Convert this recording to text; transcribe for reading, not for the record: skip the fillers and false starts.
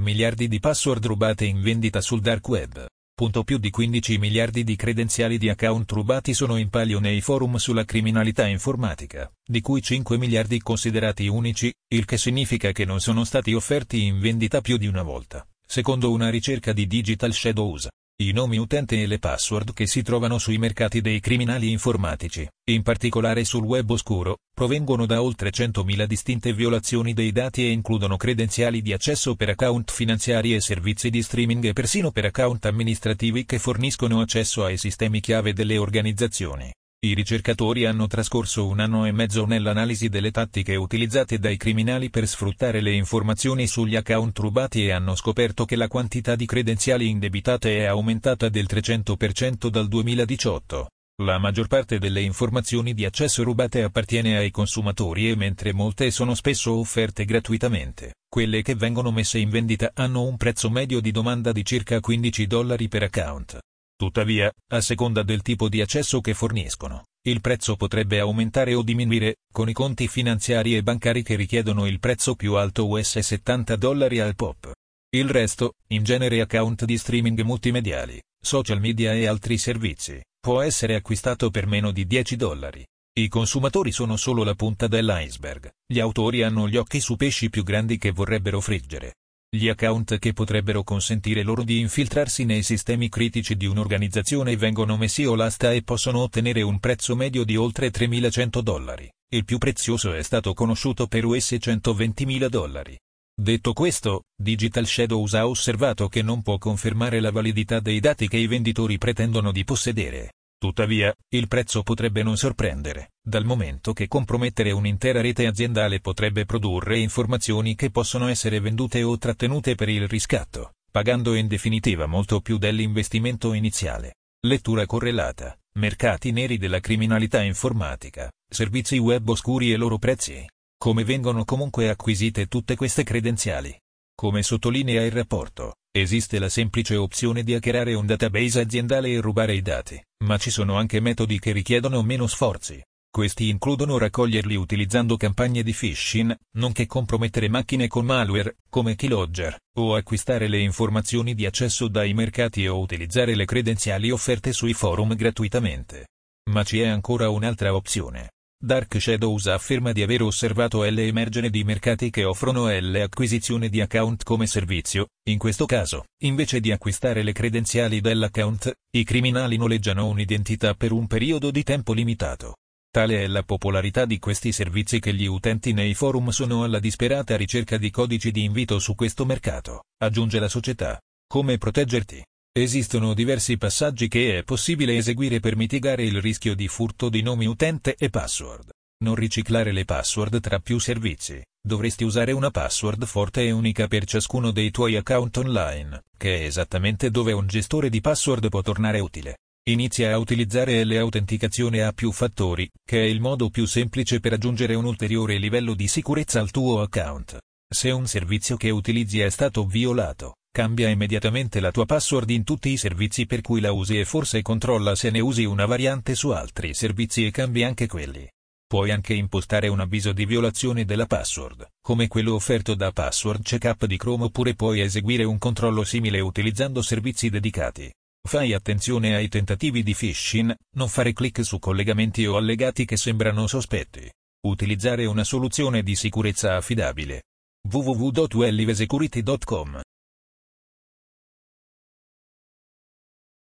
miliardi di password rubate in vendita sul dark web. Più di 15 miliardi di credenziali di account rubati sono in palio nei forum sulla criminalità informatica, di cui 5 miliardi considerati unici, il che significa che non sono stati offerti in vendita più di una volta, secondo una ricerca di Digital Shadows. I nomi utente e le password che si trovano sui mercati dei criminali informatici, in particolare sul web oscuro, provengono da oltre 100.000 distinte violazioni dei dati e includono credenziali di accesso per account finanziari e servizi di streaming e persino per account amministrativi che forniscono accesso ai sistemi chiave delle organizzazioni. I ricercatori hanno trascorso 1 anno e mezzo nell'analisi delle tattiche utilizzate dai criminali per sfruttare le informazioni sugli account rubati e hanno scoperto che la quantità di credenziali indebitate è aumentata del 300% dal 2018. La maggior parte delle informazioni di accesso rubate appartiene ai consumatori e mentre molte sono spesso offerte gratuitamente, quelle che vengono messe in vendita hanno un prezzo medio di domanda di circa $15 per account. Tuttavia, a seconda del tipo di accesso che forniscono, il prezzo potrebbe aumentare o diminuire, con i conti finanziari e bancari che richiedono il prezzo più alto US $70 al pop. Il resto, in genere account di streaming multimediali, social media e altri servizi, può essere acquistato per meno di $10. I consumatori sono solo la punta dell'iceberg, gli autori hanno gli occhi su pesci più grandi che vorrebbero friggere. Gli account che potrebbero consentire loro di infiltrarsi nei sistemi critici di un'organizzazione vengono messi all'asta e possono ottenere un prezzo medio di oltre $3.100. Il più prezioso è stato conosciuto per US $120.000. Detto questo, Digital Shadows ha osservato che non può confermare la validità dei dati che i venditori pretendono di possedere. Tuttavia, il prezzo potrebbe non sorprendere, dal momento che compromettere un'intera rete aziendale potrebbe produrre informazioni che possono essere vendute o trattenute per il riscatto, pagando in definitiva molto più dell'investimento iniziale. Lettura correlata: mercati neri della criminalità informatica, servizi web oscuri e loro prezzi. Come vengono comunque acquisite tutte queste credenziali? Come sottolinea il rapporto, esiste la semplice opzione di hackerare un database aziendale e rubare i dati, ma ci sono anche metodi che richiedono meno sforzi. Questi includono raccoglierli utilizzando campagne di phishing, nonché compromettere macchine con malware, come keylogger, o acquistare le informazioni di accesso dai mercati o utilizzare le credenziali offerte sui forum gratuitamente. Ma c'è ancora un'altra opzione. Dark Shadows afferma di aver osservato l'emergere di mercati che offrono l'acquisizione di account come servizio. In questo caso, invece di acquistare le credenziali dell'account, i criminali noleggiano un'identità per un periodo di tempo limitato. Tale è la popolarità di questi servizi che gli utenti nei forum sono alla disperata ricerca di codici di invito su questo mercato, aggiunge la società. Come proteggerti? Esistono diversi passaggi che è possibile eseguire per mitigare il rischio di furto di nomi utente e password. Non riciclare le password tra più servizi. Dovresti usare una password forte e unica per ciascuno dei tuoi account online, che è esattamente dove un gestore di password può tornare utile. Inizia a utilizzare l'autenticazione a più fattori, che è il modo più semplice per aggiungere un ulteriore livello di sicurezza al tuo account. Se un servizio che utilizzi è stato violato, cambia immediatamente la tua password in tutti i servizi per cui la usi e forse controlla se ne usi una variante su altri servizi e cambi anche quelli. Puoi anche impostare un avviso di violazione della password, come quello offerto da Password Checkup di Chrome, oppure puoi eseguire un controllo simile utilizzando servizi dedicati. Fai attenzione ai tentativi di phishing, non fare clic su collegamenti o allegati che sembrano sospetti. Utilizzare una soluzione di sicurezza affidabile. www.wellivesecurity.com